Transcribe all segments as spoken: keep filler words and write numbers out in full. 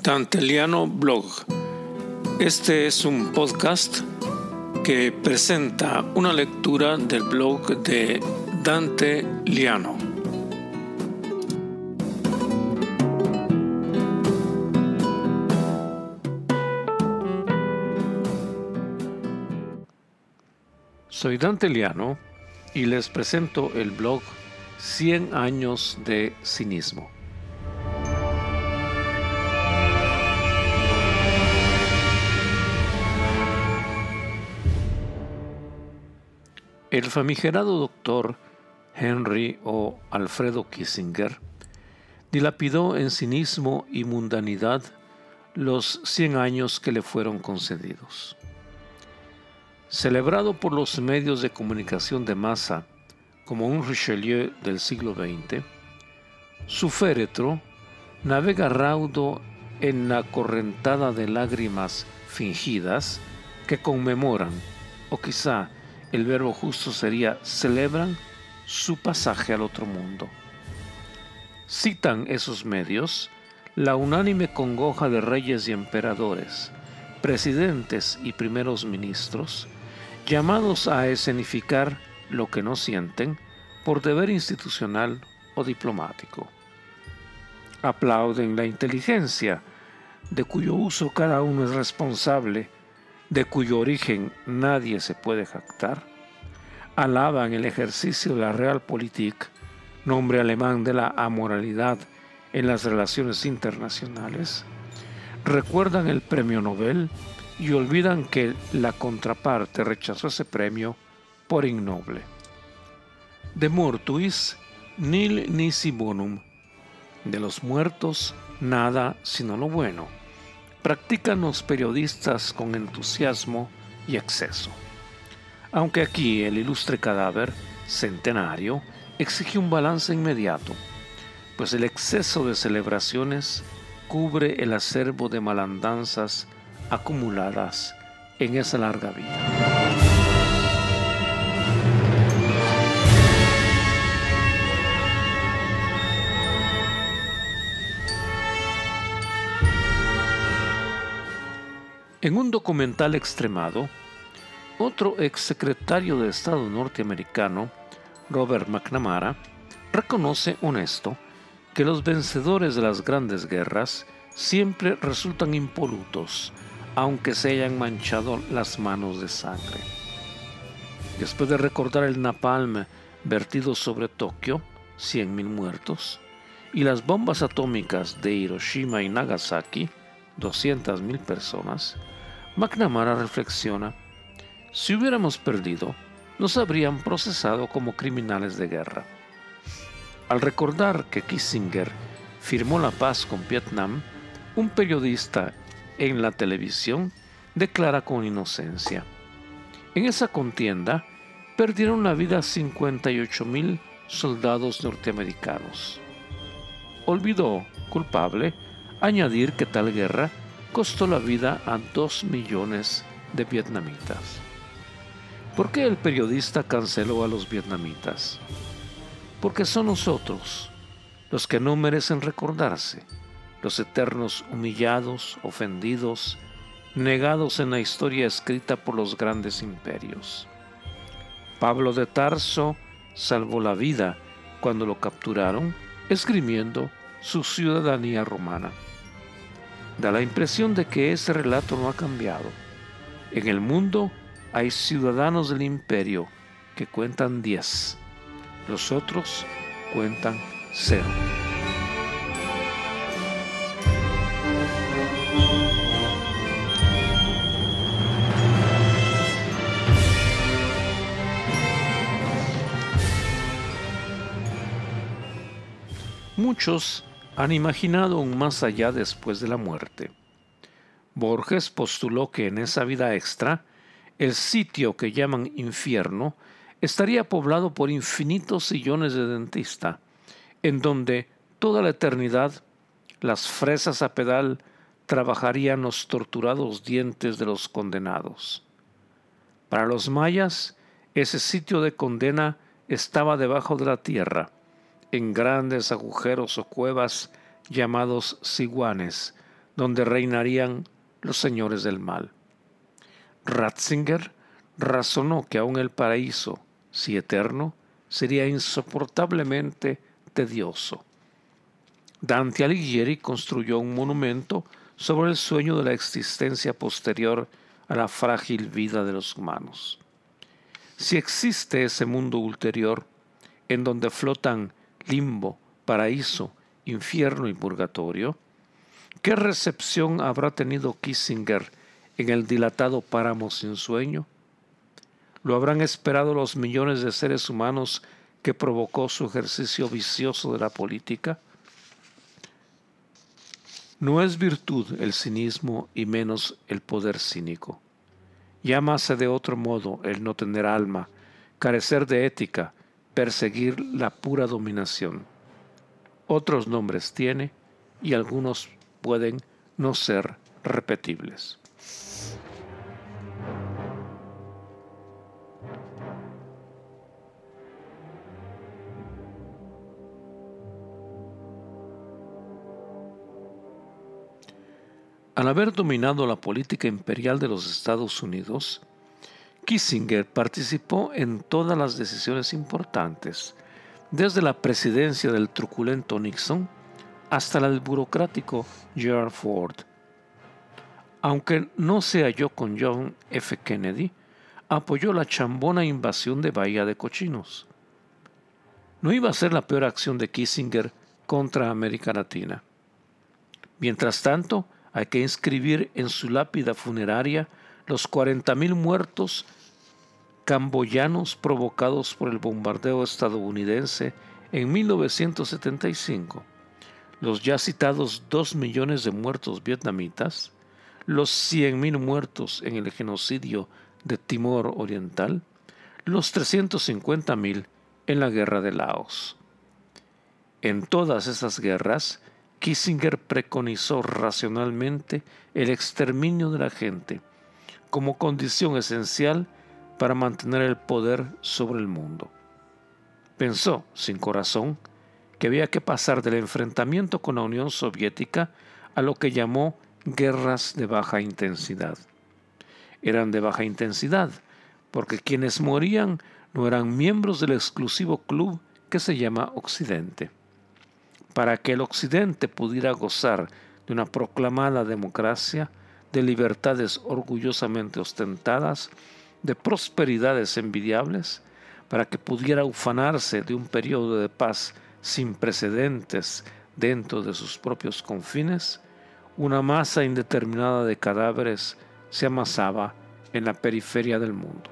Danteliano Blog. Este es un podcast que presenta una lectura del blog de Dante Liano. Soy Dante Liano y les presento el blog cien años de cinismo. El famigerado doctor Henry o Alfredo Kissinger dilapidó en cinismo y mundanidad los cien años que le fueron concedidos. Celebrado por los medios de comunicación de masa como un Richelieu del siglo veinte, su féretro navega raudo en la correntada de lágrimas fingidas que conmemoran, o quizá el verbo justo sería celebran, su pasaje al otro mundo. Citan esos medios la unánime congoja de reyes y emperadores, presidentes y primeros ministros, llamados a escenificar lo que no sienten por deber institucional o diplomático. Aplauden la inteligencia, de cuyo uso cada uno es responsable, de cuyo origen nadie se puede jactar. Alaban el ejercicio de la Realpolitik, nombre alemán de la amoralidad en las relaciones internacionales. Recuerdan el premio Nobel y olvidan que la contraparte rechazó ese premio por innoble. De mortuis nil nisi bonum. De los muertos nada sino lo bueno. Practican los periodistas con entusiasmo y exceso. Aunque aquí el ilustre cadáver, centenario, exige un balance inmediato, pues el exceso de celebraciones cubre el acervo de malandanzas acumuladas en esa larga vida. En un documental extremado, otro exsecretario de Estado norteamericano, Robert McNamara, reconoce honesto que los vencedores de las grandes guerras siempre resultan impolutos, aunque se hayan manchado las manos de sangre. Después de recordar el napalm vertido sobre Tokio, cien mil muertos, y las bombas atómicas de Hiroshima y Nagasaki, doscientas mil personas, McNamara reflexiona: si hubiéramos perdido, nos habrían procesado como criminales de guerra. Al recordar que Kissinger firmó la paz con Vietnam, un periodista en la televisión declara con inocencia: en esa contienda perdieron la vida cincuenta y ocho mil soldados norteamericanos. Olvidó, culpable, añadir que tal guerra costó la vida a dos millones de vietnamitas. ¿Por qué el periodista canceló a los vietnamitas? Porque son nosotros los que no merecen recordarse, los eternos humillados, ofendidos, negados en la historia escrita por los grandes imperios. Pablo de Tarso salvó la vida cuando lo capturaron, esgrimiendo su ciudadanía romana. Da la impresión de que ese relato no ha cambiado. En el mundo hay ciudadanos del imperio que cuentan diez. Los otros cuentan cero. Muchos han imaginado un más allá después de la muerte. Borges postuló que en esa vida extra, el sitio que llaman infierno estaría poblado por infinitos sillones de dentista, en donde toda la eternidad las fresas a pedal trabajarían los torturados dientes de los condenados. Para los mayas, ese sitio de condena estaba debajo de la tierra, en grandes agujeros o cuevas llamados ciguanes, donde reinarían los señores del mal. Ratzinger razonó que aun el paraíso, si eterno, sería insoportablemente tedioso. Dante Alighieri construyó un monumento sobre el sueño de la existencia posterior a la frágil vida de los humanos. Si existe ese mundo ulterior, en donde flotan limbo, paraíso, infierno y purgatorio, ¿qué recepción habrá tenido Kissinger en el dilatado páramo sin sueño? ¿Lo habrán esperado los millones de seres humanos que provocó su ejercicio vicioso de la política? No es virtud el cinismo y menos el poder cínico. Llámase de otro modo el no tener alma, carecer de ética, perseguir la pura dominación. Otros nombres tiene y algunos pueden no ser repetibles. Al haber dominado la política imperial de los Estados Unidos, Kissinger participó en todas las decisiones importantes, desde la presidencia del truculento Nixon hasta la del burocrático Gerald Ford. Aunque no se halló con John F. Kennedy, apoyó la chambona invasión de Bahía de Cochinos. No iba a ser la peor acción de Kissinger contra América Latina. Mientras tanto, hay que inscribir en su lápida funeraria los cuarenta mil muertos camboyanos provocados por el bombardeo estadounidense en mil novecientos setenta y cinco, los ya citados dos millones de muertos vietnamitas, los cien mil muertos en el genocidio de Timor Oriental, los trescientos cincuenta mil en la guerra de Laos. En todas esas guerras, Kissinger preconizó racionalmente el exterminio de la gente como condición esencial para mantener el poder sobre el mundo. Pensó, sin corazón, que había que pasar del enfrentamiento con la Unión Soviética a lo que llamó guerras de baja intensidad. Eran de baja intensidad porque quienes morían no eran miembros del exclusivo club que se llama Occidente. Para que el Occidente pudiera gozar de una proclamada democracia, de libertades orgullosamente ostentadas, de prosperidades envidiables, para que pudiera ufanarse de un periodo de paz sin precedentes dentro de sus propios confines, una masa indeterminada de cadáveres se amasaba en la periferia del mundo.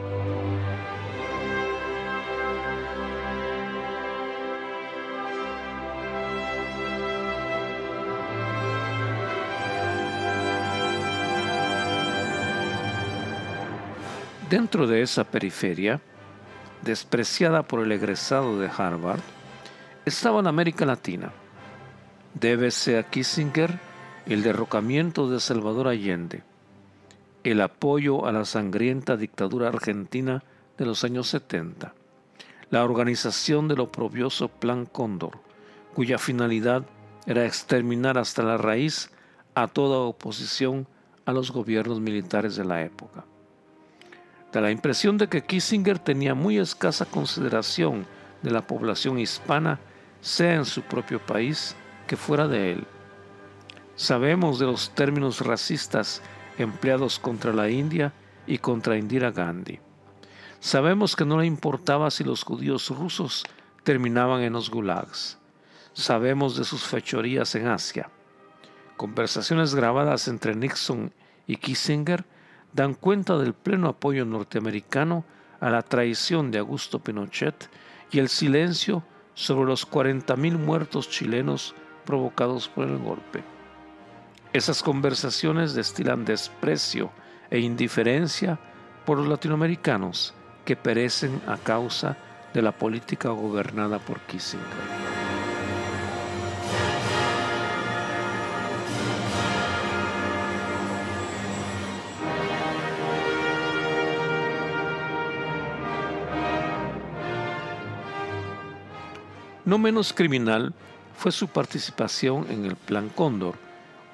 Dentro de esa periferia, despreciada por el egresado de Harvard, estaba la América Latina. Débese a Kissinger el derrocamiento de Salvador Allende, el apoyo a la sangrienta dictadura argentina de los años setenta, la organización del oprobioso Plan Cóndor, cuya finalidad era exterminar hasta la raíz a toda oposición a los gobiernos militares de la época. Da la impresión de que Kissinger tenía muy escasa consideración de la población hispana, sea en su propio país que fuera de él. Sabemos de los términos racistas empleados contra la India y contra Indira Gandhi. Sabemos que no le importaba si los judíos rusos terminaban en los gulags. Sabemos de sus fechorías en Asia. Conversaciones grabadas entre Nixon y Kissinger dan cuenta del pleno apoyo norteamericano a la traición de Augusto Pinochet y el silencio sobre los cuarenta mil muertos chilenos provocados por el golpe. Esas conversaciones destilan desprecio e indiferencia por los latinoamericanos que perecen a causa de la política gobernada por Kissinger. No menos criminal fue su participación en el Plan Cóndor,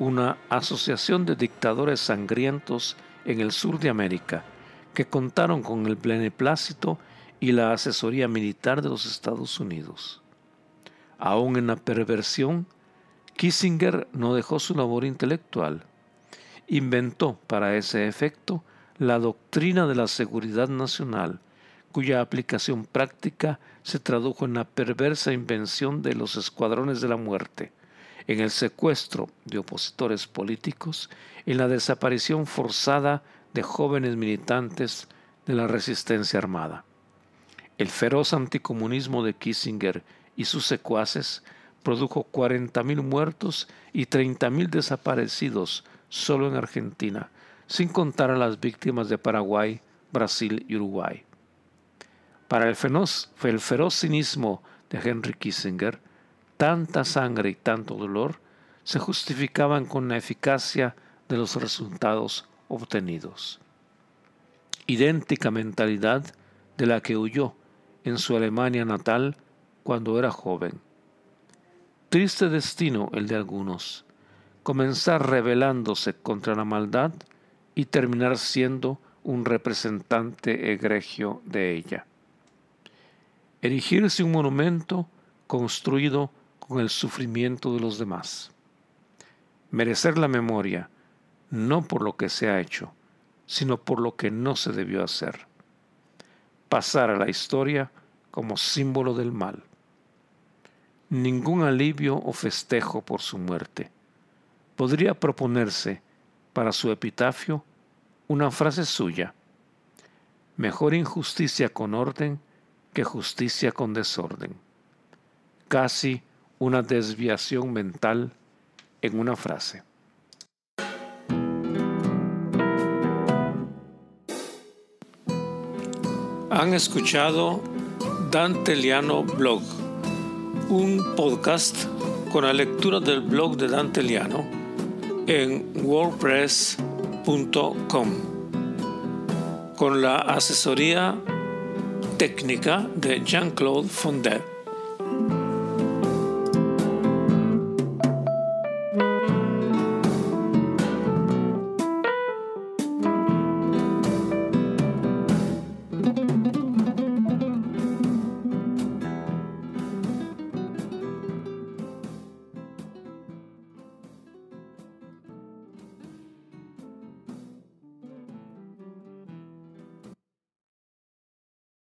una asociación de dictadores sangrientos en el sur de América que contaron con el beneplácito y la asesoría militar de los Estados Unidos. Aún en la perversión, Kissinger no dejó su labor intelectual. Inventó para ese efecto la doctrina de la seguridad nacional, cuya aplicación práctica se tradujo en la perversa invención de los escuadrones de la muerte, en el secuestro de opositores políticos, en la desaparición forzada de jóvenes militantes de la resistencia armada. El feroz anticomunismo de Kissinger y sus secuaces produjo cuarenta mil muertos y treinta mil desaparecidos solo en Argentina, sin contar a las víctimas de Paraguay, Brasil y Uruguay. Para el feroz, el feroz cinismo de Henry Kissinger, tanta sangre y tanto dolor se justificaban con la eficacia de los resultados obtenidos. Idéntica mentalidad de la que huyó en su Alemania natal cuando era joven. Triste destino el de algunos, comenzar rebelándose contra la maldad y terminar siendo un representante egregio de ella. Erigirse un monumento construido con el sufrimiento de los demás. Merecer la memoria, no por lo que se ha hecho, sino por lo que no se debió hacer. Pasar a la historia como símbolo del mal. Ningún alivio o festejo por su muerte. Podría proponerse para su epitafio una frase suya: mejor injusticia con orden que justicia con desorden. Casi una desviación mental en una frase. Han escuchado Dante Liano Blog, un podcast con la lectura del blog de Dante Liano en wordpress punto com, con la asesoría técnica de Jean-Claude Fondet.